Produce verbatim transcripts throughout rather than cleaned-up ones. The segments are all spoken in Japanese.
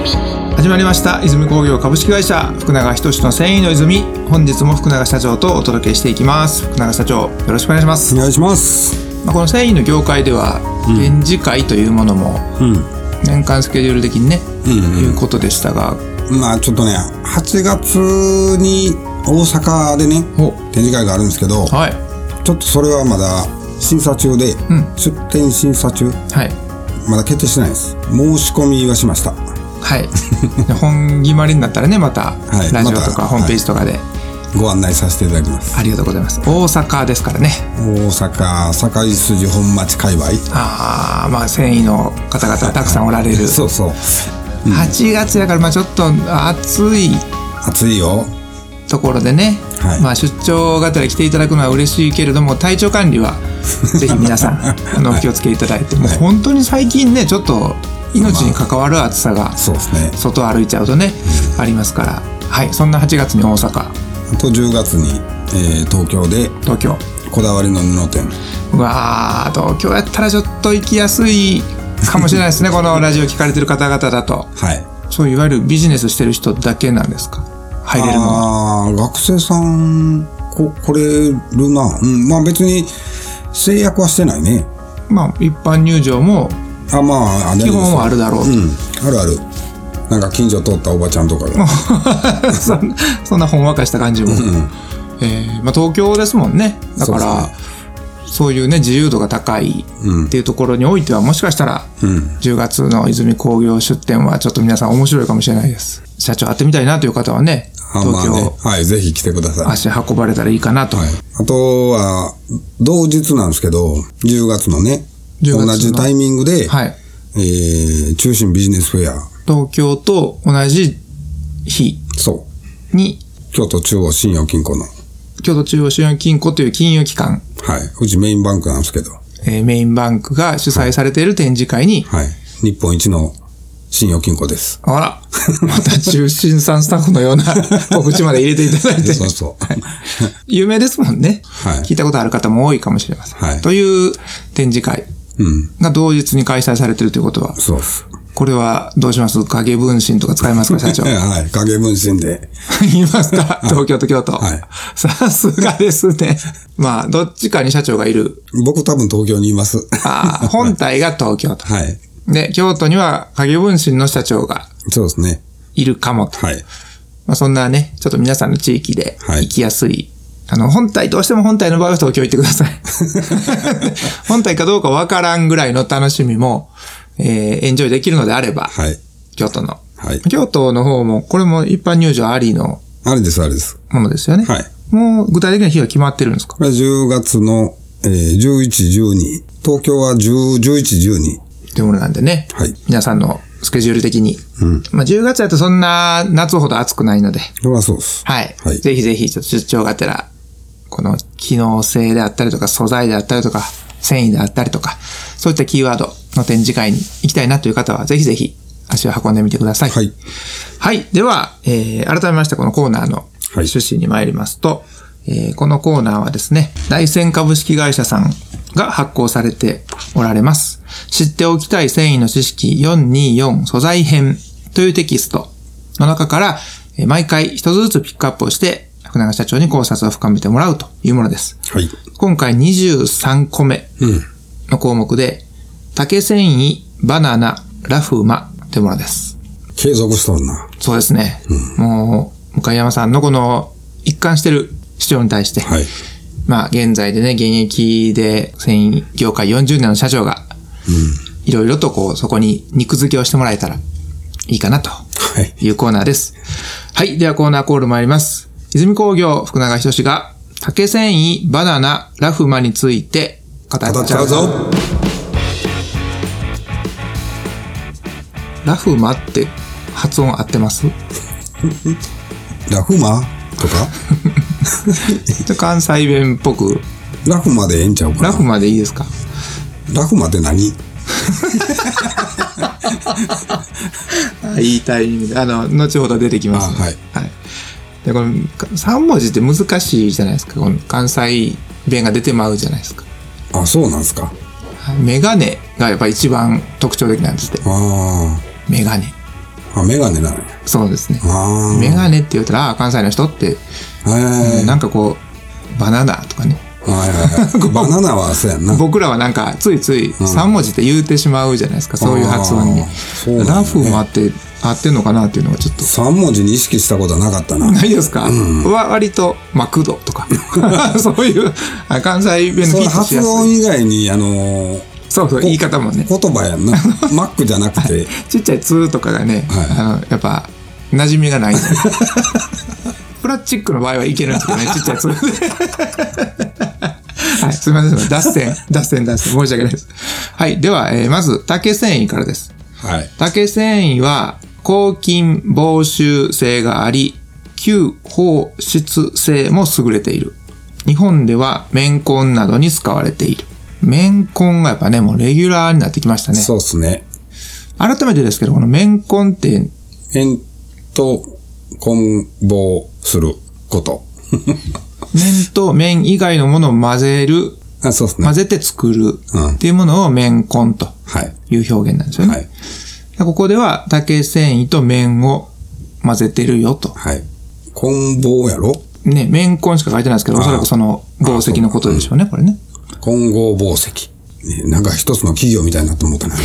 泉。 始まりました泉工業株式会社福永仁の繊維の泉。本日も福永社長とお届けしていきます。福永社長、よろしくお願いします。 お願いします。 まあ、この繊維の業界では、うん、展示会というものも、うん、年間スケジュール的にね、うんうん、いうことでしたが、 まあちょっとねはちがつに大阪でね展示会があるんですけど、はい、ちょっとそれはまだ審査中で、うん、出展審査中、はい、まだ決定してないです。申し込みはしました。 はい本決まりになったらねまた、はい、ラジオとかホームページとかで、はい、 ご案内させていただきます。 ありがとうございます。大阪ですからね。 大阪堺筋本町界隈。 ああ、まあ繊維の方々たくさんおられるそうそう、 うん、はちがつだからまあちょっと暑い暑いよところでね、はい、まあ出張がてら来ていただくのは嬉しいけれども、体調管理はぜひ皆さんあのお気をつけいただいて、もう本当に最近ねちょっと命に関わる暑さが、まあそうですね、外歩いちゃうとね、うん、ありますから、はい、そんなはちがつに大阪とじゅうがつに、えー、東京で東京こだわりの布店。 うわー、東京やったらちょっと行きやすいかもしれないですねこのラジオ聞かれてる方々だと、はい、そういわゆるビジネスしてる人だけなんですか、入れるのは。 あ、学生さんこ来れるな、うん、まあ別に制約はしてないね。 まあ一般入場もあ、まあ、 基本はあるだろうと、うん、 あるある。なんか近所通ったおばちゃんとかがそ, そんなほんわかした感じも、うん、えーまあ、東京ですもんね。だから そう,、ね、そういうね自由度が高いっていうところにおいては、もしかしたら、うん、じゅうがつの泉工業出店はちょっと皆さん面白いかもしれないです。社長会ってみたいなという方はね、東京、まあね、 はい、ぜひ来てください。 足運ばれたらいいかなと、はい、 あとは同日なんですけどじゅうがつのね同じタイミングで、はい、えー、中心ビジネスフェア東京と同じ日に京都中央信用金庫の京都中央信用金庫という金融機関、 はい、うちメインバンクなんですけど、 えー、メインバンクが主催されている展示会に、 はいはい、日本一の信用金庫です。 あらまた中心さんスタッフのような告知まで入れていただいてそうそう、はい、 有名ですもんね、はい、聞いたことある方も多いかもしれません、はい、という展示会が同日に開催されているということは、 そうです。 これはどうします？影分身とか使いますか社長？ はい、影分身で言いますか？東京と京都、はい、さすがですね。まあどっちかに社長がいる。 僕多分東京にいます。 あ、本体が東京と、 はい、 で京都には影分身の社長がそうですねいるかもと、はい、まあ、そんなねちょっと皆さんの地域で行きやすい、はい、あの本体どうしても本体の場合は東京行ってください本体かどうかわからんぐらいの楽しみもえー、エンジョイできるのであれば、はい、京都の、はい、京都の方もこれも一般入場ありのありですありですものですよね。はい、もう具体的な日は決まってるんですか？ これじゅうがつの、えー、じゅういち、じゅうに、東京はじゅう、じゅういち、じゅうにというものなんでね、はい、皆さんのスケジュール的に、うん、まあじゅうがつだとそんな夏ほど暑くないので、 まあそうです。 はい、はい、ぜひぜひちょっと出張がてらこの機能性であったりとか素材であったりとか繊維であったりとかそういったキーワードの展示会に行きたいなという方はぜひぜひ足を運んでみてください。はい。はい。では、えー、改めましてこのコーナーの趣旨に参りますと、はい、えー、このコーナーはですね、大山株式会社さんが発行されておられます。知っておきたい繊維の知識よんにーよん素材編というテキストの中から、えー、毎回一つずつピックアップをして福永社長に考察を深めてもらうというものです。はい。今回にじゅうさんこめの項目で、うん、竹繊維、バナナ、ラフマというものです。 継続しとるな。 そうですね。うん、もう、向山さんのこの一貫してる主張に対して、はい、まあ現在でね、現役で繊維業界よんじゅうねんの社長が、いろいろとこう、そこに肉付けをしてもらえたらいいかなというコーナーです。はい。はい、ではコーナーコール参ります。泉工業福永仁が竹繊維、バナナ、ラフマについて語っちゃうぞ。ラフマって発音合ってます？ ラフマとか関西弁っぽくラフマでええんちゃうかな。 ラフマでいいですか？ラフマって何いいタイミングであの後ほど出てきます、ね。はい、はい。でこのさん文字って難しいじゃないですか。この関西弁が出てまうじゃないですか。 あ、そうなんですか。 メガネがやっぱ一番特徴的なんですって。ああ。メガネ。 あ、メガネなのよ。 そうですね。メガネって言ったら、あ、関西の人って、えー、なんかこう、バナナとかね。 はいはいはい、バナナはそうやんな。 僕らはなんかついついさん文字って言うてしまうじゃないですか、うん、そういう発音に、ね、ラフもあって合ってんのかなっていうのがちょっとさん文字に意識したことはなかったな。 ないですか、うん、わ割とマクドとかそういう関西弁のフィットしやすい発音以外にあのー、 そうそう言い方もね言葉やんなマックじゃなくてちっちゃいツーとかがね、はい、あのやっぱ馴染みがないプラスチックの場合はいけるんですけどねちっちゃいツーはい、すみません。脱線、脱線、脱線。申し訳ないです。はい。では、えー、まず、竹繊維からです。 はい。 竹繊維は、抗菌防臭性があり、吸放湿性も優れている。日本では、綿混などに使われている。綿混がやっぱね、もうレギュラーになってきましたね。 そうですね。 改めてですけど、この綿混って、 綿と混紡すること。 綿と綿以外のものを混ぜる、 あ、そうですね、 混ぜて作るっていうものを綿混という表現なんですよね。はい、ここでは竹繊維と綿を混ぜてるよと。 はい。混紡やろね、綿混しか書いてないですけど、おそらくその紡績のことでしょうね、これね。 混合紡績。ね、なんか一つの企業みたいになって思ったな。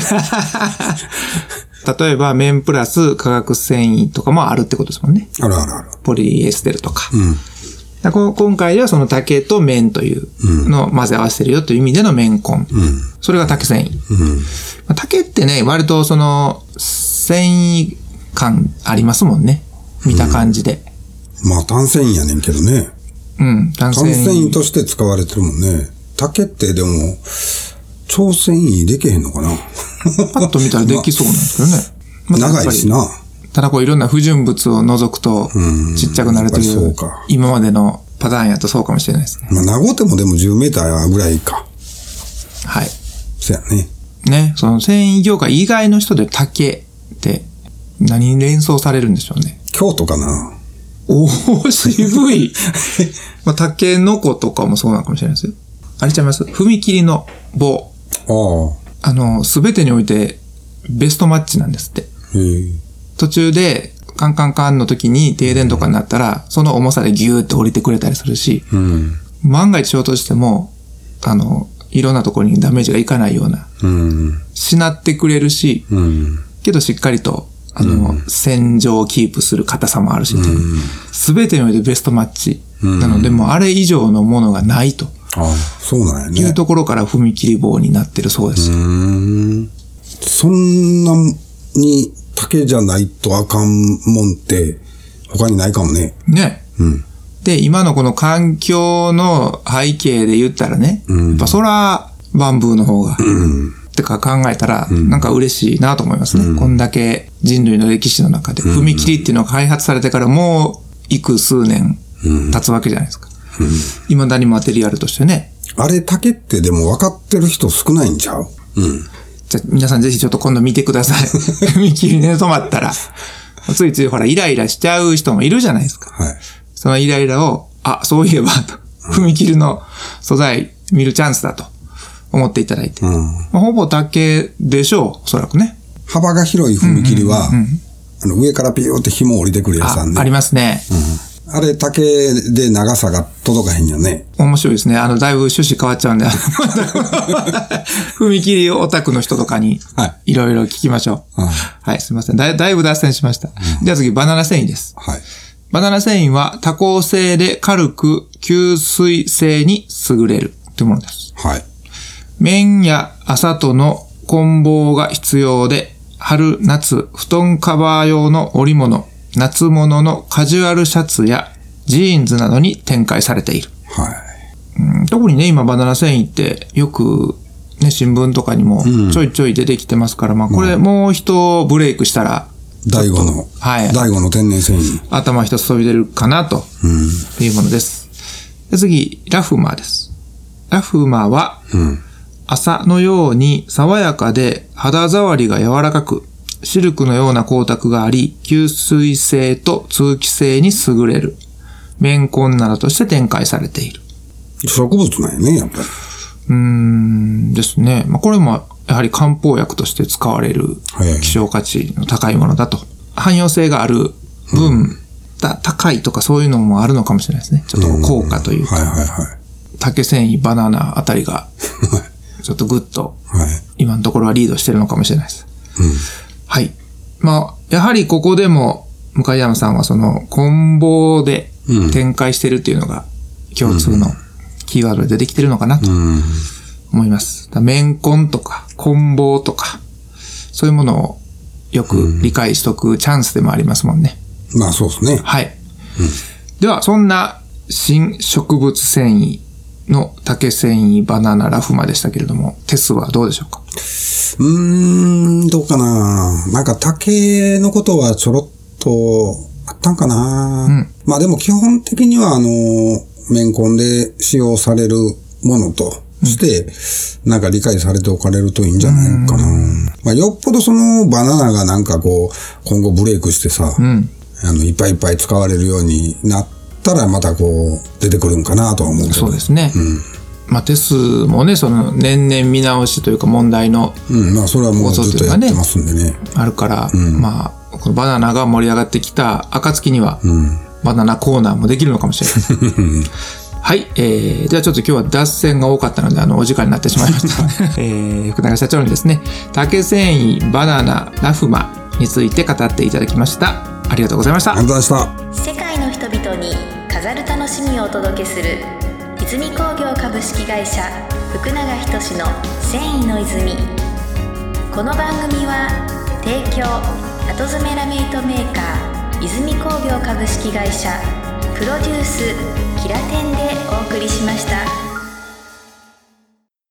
例えば、綿プラス化学繊維とかもあるってことですもんね。 あるあるある。 ポリエステルとか。 うん。 だ今回ではその竹と綿というのを混ぜ合わせてるよという意味での綿混。うん、それが竹繊維。うんまあ、竹ってね、割とその繊維感ありますもんね。見た感じで。 うん、まあ単繊維やねんけどね。 うん、 単繊維。単繊維として使われてるもんね。竹ってでも、超繊維できへんのかなパッと見たらできそうなんですけどね。 まあ、長いしな。 ただこういろんな不純物を除くとちっちゃくなるという今までのパターンやとそうかもしれないですね。 まあ長手もでもじゅうメーターぐらいか。 はい。 そうやね。 ね、その繊維業界以外の人で竹って何に連想されるんでしょうね。 京都かな。 おー、渋い。まあ竹の子とかもそうなのかもしれないですよ。あれちゃいます？踏切の棒。ああ。あの、すべてにおいてベストマッチなんですって。へー。途中でカンカンカンの時に停電とかになったら、その重さでギューって降りてくれたりするし、うん、万が一衝突しても、あの、いろんなところにダメージがいかないような、うん、しなってくれるし、うん、けどしっかりと、あの、うん、洗浄をキープする硬さもあるし、すべ、うん、てにおいてベストマッチ。うん、なので、もうあれ以上のものがないと。 ああ、そうなんやね。 いうところから踏切棒になってるそうです。 うーん。そんなに、竹じゃないとあかんもんって他にないかもね。 ね。うん。で、今のこの環境の背景で言ったらね、うん、やっぱそらバンブーの方が、うん、ってか考えたら、うん、なんか嬉しいなと思いますね、うん。こんだけ人類の歴史の中で、踏切っていうのが開発されてからもう幾数年経つわけじゃないですか。うん、未だにマテリアルとしてね。 あれ竹ってでも分かってる人少ないんちゃう？うん。 じゃあ皆さんぜひちょっと今度見てください。踏切に止まったら、ついついほらイライラしちゃう人もいるじゃないですか。はい。そのイライラを、あ、そういえばと、踏切の素材見るチャンスだと思っていただいて。うん、まあ、ほぼ竹でしょう、おそらくね。 幅が広い踏切は、うんうんうん、あの上からピューって紐降りてくるやつなんで。 あ、ありますね。 うんあれ、竹で長さが届かへんよね。 面白いですね。あの、だいぶ趣旨変わっちゃうんで、踏切オタクの人とかに、いろいろ聞きましょう。はい、はい、すみませんだい。だいぶ脱線しました。うん、では次、バナナ繊維です。はい。バナナ繊維は多孔性で軽く吸水性に優れるというものです。はい。綿や麻との混紡が必要で、春、夏、布団カバー用の織物、夏物のカジュアルシャツやジーンズなどに展開されている。はい。うん、特にね、今バナナ繊維ってよくね、新聞とかにもちょいちょい出てきてますから、うん、まあこれもう一ブレイクしたら、 第五の、はい。第五の天然繊維。 頭一つ飛び出るかなというものです。で次、ラフマーです。ラフマーは、うん、麻のように爽やかで肌触りが柔らかく、シルクのような光沢があり、吸水性と通気性に優れる。綿混などとして展開されている。 植物なんやね、やっぱり。 うーんですね。まあ、これもやはり漢方薬として使われる希少価値の高いものだと。汎用性がある分、うん、だ高いとかそういうのもあるのかもしれないですね。ちょっと効果というか。 はいはいはい。 竹繊維、バナナあたりが、ちょっとグッと、今のところはリードしてるのかもしれないです。 うん、 はい。まあ、やはりここでも、向山さんはその、棍棒で展開してるっていうのが、共通のキーワードで出てきてるのかなと思います。面棍とか、棍棒とか、そういうものをよく理解しとくチャンスでもありますもんね。 うん、まあそうですね。 はい。うん、では、そんな新植物繊維の竹繊維、バナナ、ラフマでしたけれども、テスはどうでしょうか？ うーん、どうかな。なんか竹のことはちょろっとあったんかな。うん、まあでも基本的にはあの、面棍で使用されるものとして、うん、なんか理解されておかれるといいんじゃないかな。まあよっぽどそのバナナがなんかこう、今後ブレイクしてさ、うん、あの、いっぱいいっぱい使われるようになったらまたこう、出てくるんかなとは思うけど。 そうですね。うんまあ、テスもね、その年々見直しというか問題のうん、まあそれはもうずっとやってますんでね。 あるから、うん、まあ、このバナナが盛り上がってきた暁には、うん、バナナコーナーもできるのかもしれない。はい、えー、ではちょっと今日は脱線が多かったので、あの、お時間になってしまいました。えー、福永社長にですね、竹繊維、バナナ、ラフマについて語っていただきました。ありがとうございました。 ありがとうございました。世界の人々に飾る楽しみをお届けする泉工業株式会社福永仁の繊維の泉。この番組は提供後詰めラメイトメーカー泉工業株式会社プロデュースキラテンでお送りしました。